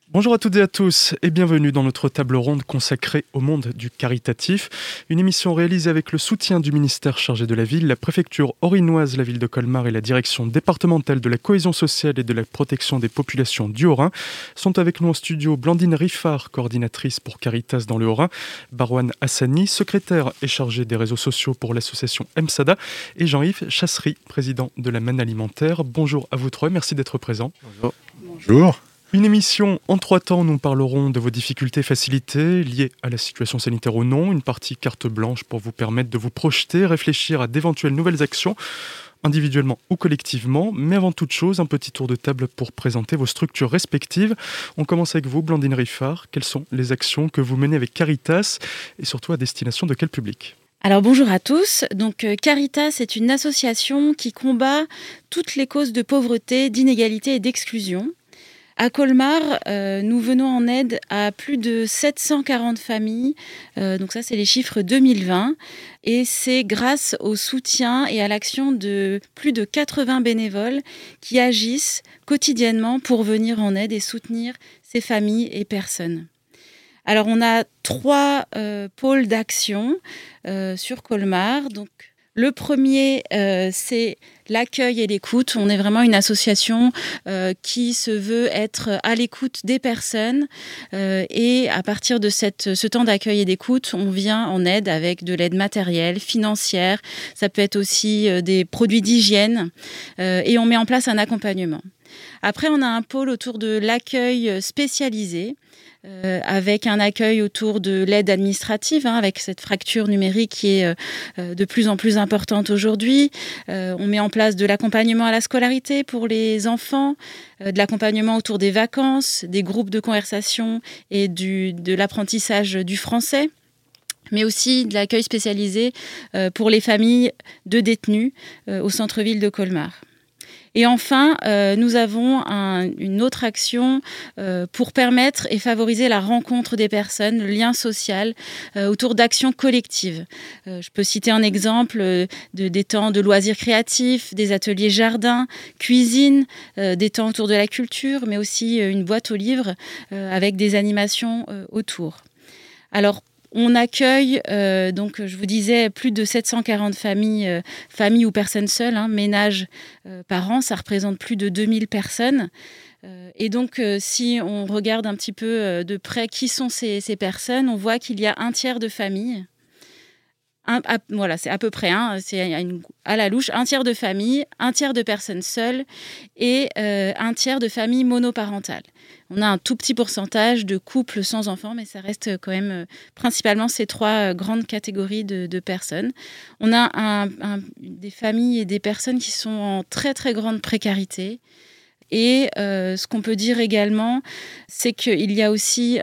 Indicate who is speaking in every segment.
Speaker 1: Bonjour à toutes et à tous et bienvenue dans notre table ronde consacrée au monde du caritatif. Une émission réalisée avec le soutien du ministère chargé de la ville, la préfecture orinoise, la ville de Colmar et la direction départementale de la cohésion sociale et de la protection des populations du Haut-Rhin. Sont avec nous en studio Blandine Riffard, coordinatrice pour Caritas dans le Haut-Rhin, Barouane Hassani, secrétaire et chargé des réseaux sociaux pour l'association MSADA et Jean-Yves Chassery, président de la Manne Alimentaire. Bonjour à vous trois, merci d'être présents.
Speaker 2: Bonjour. Bonjour.
Speaker 1: Une émission en 3 temps, nous parlerons de vos difficultés facilitées liées à la situation sanitaire ou non, une partie carte blanche pour vous permettre de vous projeter, réfléchir à d'éventuelles nouvelles actions, individuellement ou collectivement, mais avant toute chose, un petit tour de table pour présenter vos structures respectives. On commence avec vous, Blandine Riffard. Quelles sont les actions que vous menez avec Caritas et surtout à destination de quel public ?
Speaker 3: Alors bonjour à tous, donc Caritas est une association qui combat toutes les causes de pauvreté, d'inégalité et d'exclusion. À Colmar, nous venons en aide à plus de 740 familles, donc ça c'est les chiffres 2020, et c'est grâce au soutien et à l'action de plus de 80 bénévoles qui agissent quotidiennement pour venir en aide et soutenir ces familles et personnes. Alors on a 3 pôles d'action sur Colmar. Donc, le premier, c'est l'accueil et l'écoute. On est vraiment une association qui se veut être à l'écoute des personnes. Et à partir de ce temps d'accueil et d'écoute, on vient en aide avec de l'aide matérielle, financière. Ça peut être aussi des produits d'hygiène. Et on met en place un accompagnement. Après, on a un pôle autour de l'accueil spécialisé. Avec un accueil autour de l'aide administrative, avec cette fracture numérique qui est de plus en plus importante aujourd'hui. On met en place de l'accompagnement à la scolarité pour les enfants, de l'accompagnement autour des vacances, des groupes de conversation et de l'apprentissage du français, mais aussi de l'accueil spécialisé pour les familles de détenus au centre-ville de Colmar. Et enfin, nous avons une autre action pour permettre et favoriser la rencontre des personnes, le lien social autour d'actions collectives. Je peux citer un exemple des temps de loisirs créatifs, des ateliers jardin, cuisine, des temps autour de la culture, mais aussi une boîte aux livres avec des animations autour. Alors, on accueille, donc je vous disais, plus de 740 familles ou personnes seules, ménages par an. Ça représente plus de 2000 personnes. Et donc, si on regarde un petit peu de près qui sont ces personnes, on voit qu'il y a un tiers de familles. Voilà, c'est à peu près, c'est à la louche, un tiers de familles, un tiers de personnes seules et un tiers de familles monoparentales. On a un tout petit pourcentage de couples sans enfants, mais ça reste quand même principalement ces 3 grandes catégories de personnes. On a des familles et des personnes qui sont en très très grande précarité. Et ce qu'on peut dire également, c'est qu'il y a aussi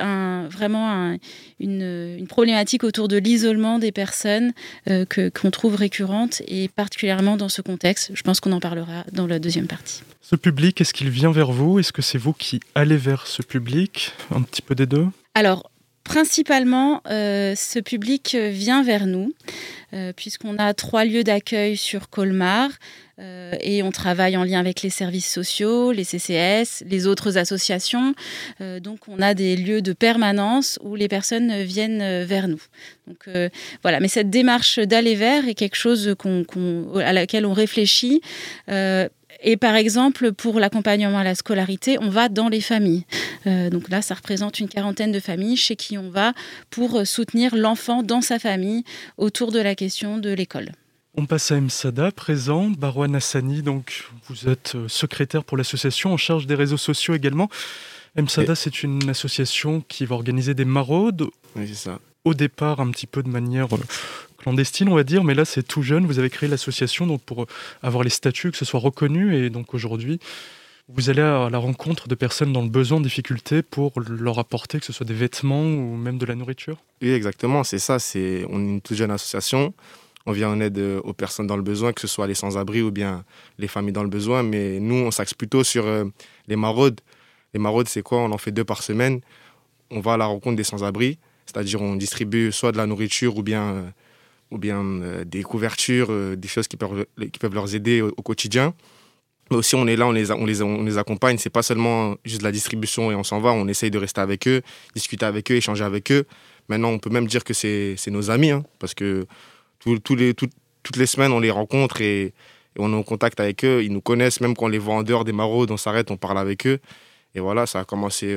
Speaker 3: une problématique autour de l'isolement des personnes qu'on trouve récurrente et particulièrement dans ce contexte. Je pense qu'on en parlera dans la deuxième partie.
Speaker 1: Ce public, est-ce qu'il vient vers vous ? Est-ce que c'est vous qui allez vers ce public ? Un petit peu des deux ?
Speaker 3: Alors, principalement, ce public vient vers nous, puisqu'on a 3 lieux d'accueil sur Colmar. Et on travaille en lien avec les services sociaux, les CCS, les autres associations. Donc, on a des lieux de permanence où les personnes viennent vers nous. Donc, voilà. Mais cette démarche d'aller vers est quelque chose à laquelle on réfléchit. Et par exemple, pour l'accompagnement à la scolarité, on va dans les familles. Donc là, ça représente une 40aine de familles chez qui on va pour soutenir l'enfant dans sa famille autour de la question de l'école.
Speaker 1: On passe à MSADA, présent. Barouane Hassani, donc vous êtes secrétaire pour l'association en charge des réseaux sociaux également. MSADA, c'est une association qui va organiser des maraudes.
Speaker 2: Oui, c'est ça.
Speaker 1: Au départ, un petit peu de manière clandestine, on va dire, mais là, c'est tout jeune. Vous avez créé l'association donc, pour avoir les statuts, que ce soit reconnu. Et donc aujourd'hui, vous allez à la rencontre de personnes dans le besoin, en difficulté, pour leur apporter, que ce soit des vêtements ou même de la nourriture.
Speaker 2: Oui, exactement, c'est ça. On est une toute jeune association. On vient en aide aux personnes dans le besoin, que ce soit les sans-abri ou bien les familles dans le besoin. Mais nous, on s'axe plutôt sur les maraudes. Les maraudes, c'est quoi ? On en fait 2 par semaine. On va à la rencontre des sans-abri, c'est-à-dire on distribue soit de la nourriture ou bien des couvertures, des choses qui peuvent leur aider au quotidien. Mais aussi, on est là, on les accompagne. C'est pas seulement juste de la distribution et on s'en va. On essaye de rester avec eux, discuter avec eux, échanger avec eux. Maintenant, on peut même dire que c'est nos amis, hein, parce que toutes les semaines, on les rencontre et on est en contact avec eux. Ils nous connaissent, même quand on les voit en dehors des maraudes, on s'arrête, on parle avec eux. Et voilà, ça a commencé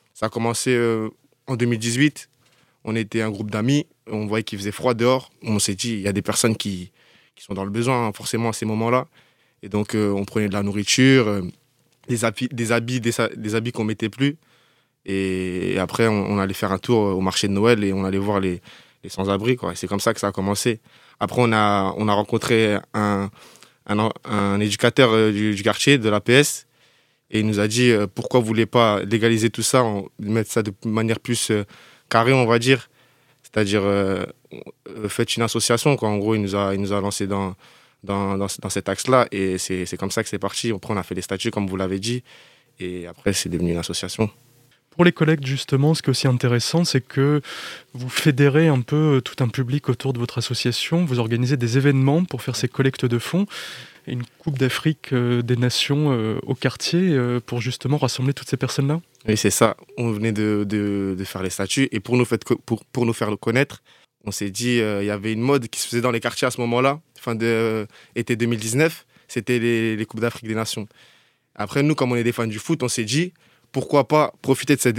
Speaker 2: en 2018. On était un groupe d'amis, on voyait qu'il faisait froid dehors. On s'est dit, il y a des personnes qui sont dans le besoin, hein, forcément, à ces moments-là. Et donc, on prenait de la nourriture, des habits qu'on mettait plus. Et après, on allait faire un tour au marché de Noël et on allait voir les sans-abri, quoi. Et c'est comme ça que ça a commencé. Après, on a rencontré un éducateur du quartier, de l'APS, et il nous a dit pourquoi vous ne voulez pas légaliser tout ça, mettre ça de manière plus carrée, on va dire. C'est-à-dire, faites une association, quoi. En gros, il nous a lancé dans cet axe-là, et c'est comme ça que c'est parti. Après, on a fait les statuts, comme vous l'avez dit, et après, c'est devenu une association.
Speaker 1: Pour les collectes, justement, ce qui est aussi intéressant, c'est que vous fédérez un peu tout un public autour de votre association. Vous organisez des événements pour faire ces collectes de fonds. Et une Coupe d'Afrique des Nations au quartier pour justement rassembler toutes ces personnes-là.
Speaker 2: Oui, c'est ça. On venait de faire les statuts. Et pour nous faire le connaître, on s'est dit il y avait une mode qui se faisait dans les quartiers à ce moment-là, fin d'été 2019. C'était les Coupes d'Afrique des Nations. Après, nous, comme on est des fans du foot, on s'est dit pourquoi pas profiter de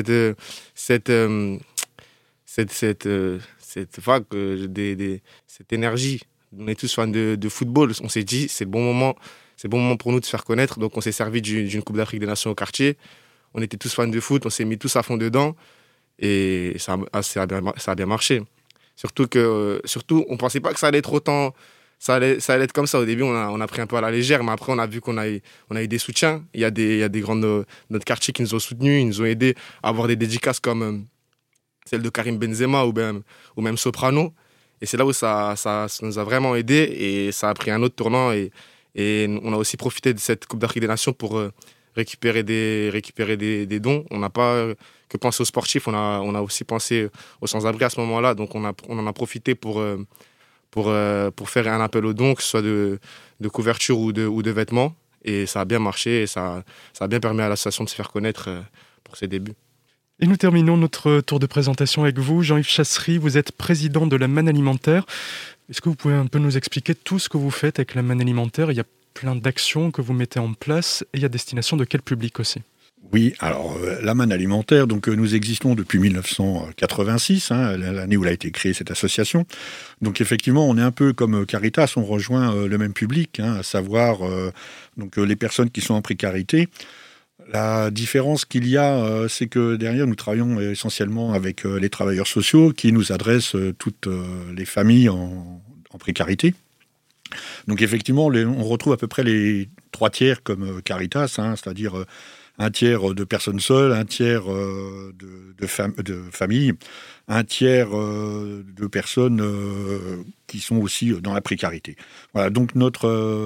Speaker 2: cette vague, cette énergie. On est tous fans de football. On s'est dit, c'est le bon moment pour nous de se faire connaître. Donc, on s'est servi d'une Coupe d'Afrique des Nations au quartier. On était tous fans de foot. On s'est mis tous à fond dedans. Et ça a bien marché. Surtout, on ne pensait pas que ça allait être autant... Ça allait être comme ça. Au début, on a pris un peu à la légère, mais après, on a vu qu'on a eu des soutiens. Il y a des grands de notre quartier qui nous ont soutenus, ils nous ont aidés à avoir des dédicaces comme celle de Karim Benzema ou même Soprano. Et c'est là où ça nous a vraiment aidés et ça a pris un autre tournant. Et on a aussi profité de cette Coupe d'Afrique des Nations pour récupérer des dons. On n'a pas que pensé aux sportifs, on a aussi pensé aux sans-abri à ce moment-là. Donc, on en a profité pour faire un appel aux dons, que ce soit de couverture ou de vêtements. Et ça a bien marché et ça a bien permis à l'association de se faire connaître pour ses débuts.
Speaker 1: Et nous terminons notre tour de présentation avec vous. Jean-Yves Chassery, vous êtes président de la Manne Alimentaire. Est-ce que vous pouvez un peu nous expliquer tout ce que vous faites avec la Manne Alimentaire ? Il y a plein d'actions que vous mettez en place et à destination de quel public aussi ?
Speaker 4: Oui, alors la Manne Alimentaire, donc nous existons depuis 1986, l'année où a été créée cette association. Donc effectivement, on est un peu comme Caritas, on rejoint le même public, à savoir les personnes qui sont en précarité. La différence qu'il y a, c'est que derrière, nous travaillons essentiellement avec les travailleurs sociaux qui nous adressent toutes les familles en précarité. Donc effectivement, on retrouve à peu près les 3/3 comme Caritas, c'est-à-dire un tiers de personnes seules, un tiers de familles, un tiers de personnes qui sont aussi dans la précarité. Voilà, donc notre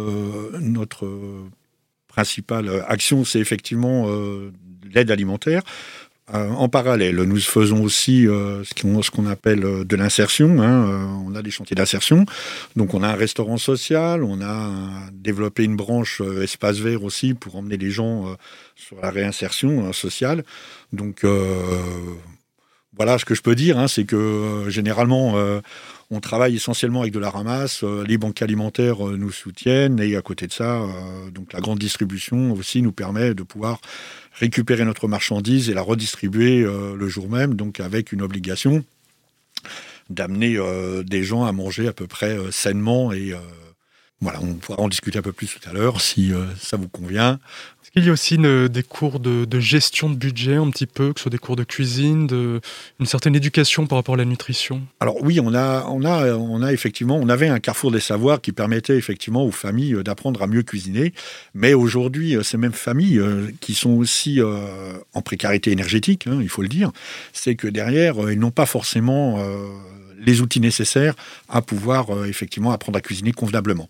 Speaker 4: principale action, c'est effectivement l'aide alimentaire. En parallèle, nous faisons aussi ce qu'on appelle de l'insertion. On a des chantiers d'insertion. Donc, on a un restaurant social. On a développé une branche espace vert aussi pour emmener les gens sur la réinsertion sociale. Donc, voilà ce que je peux dire. C'est que généralement, on travaille essentiellement avec de la ramasse. Les banques alimentaires nous soutiennent. Et à côté de ça, donc la grande distribution aussi nous permet de pouvoir récupérer notre marchandise et la redistribuer le jour même, donc avec une obligation d'amener des gens à manger à peu près sainement. Et voilà, on pourra en discuter un peu plus tout à l'heure si ça vous convient.
Speaker 1: Est-ce qu'il y a aussi des cours de gestion de budget un petit peu, que ce soit des cours de cuisine, une certaine éducation par rapport à la nutrition ?
Speaker 4: Alors oui, on a effectivement, on avait un carrefour des savoirs qui permettait effectivement aux familles d'apprendre à mieux cuisiner. Mais aujourd'hui, ces mêmes familles qui sont aussi en précarité énergétique, il faut le dire, c'est que derrière, ils n'ont pas forcément les outils nécessaires à pouvoir effectivement apprendre à cuisiner convenablement.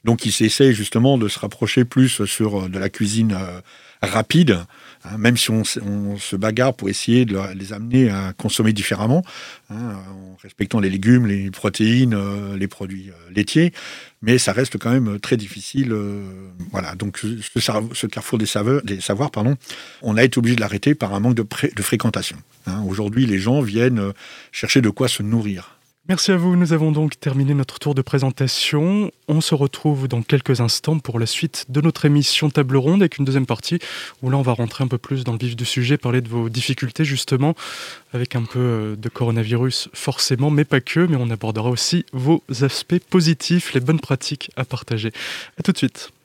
Speaker 4: Donc, ils essaient justement de se rapprocher plus sur de la cuisine rapide, hein, même si on se bagarre pour essayer de les amener à consommer différemment, hein, en respectant les légumes, les protéines, les produits laitiers, mais ça reste quand même très difficile. Voilà. Donc ce carrefour des savoirs, on a été obligé de l'arrêter par un manque de fréquentation. Hein. Aujourd'hui, les gens viennent chercher de quoi se nourrir.
Speaker 1: Merci à vous. Nous avons donc terminé notre tour de présentation. On se retrouve dans quelques instants pour la suite de notre émission Table Ronde avec une deuxième partie où là on va rentrer un peu plus dans le vif du sujet, parler de vos difficultés justement avec un peu de coronavirus forcément, mais pas que, mais on abordera aussi vos aspects positifs, les bonnes pratiques à partager. À tout de suite.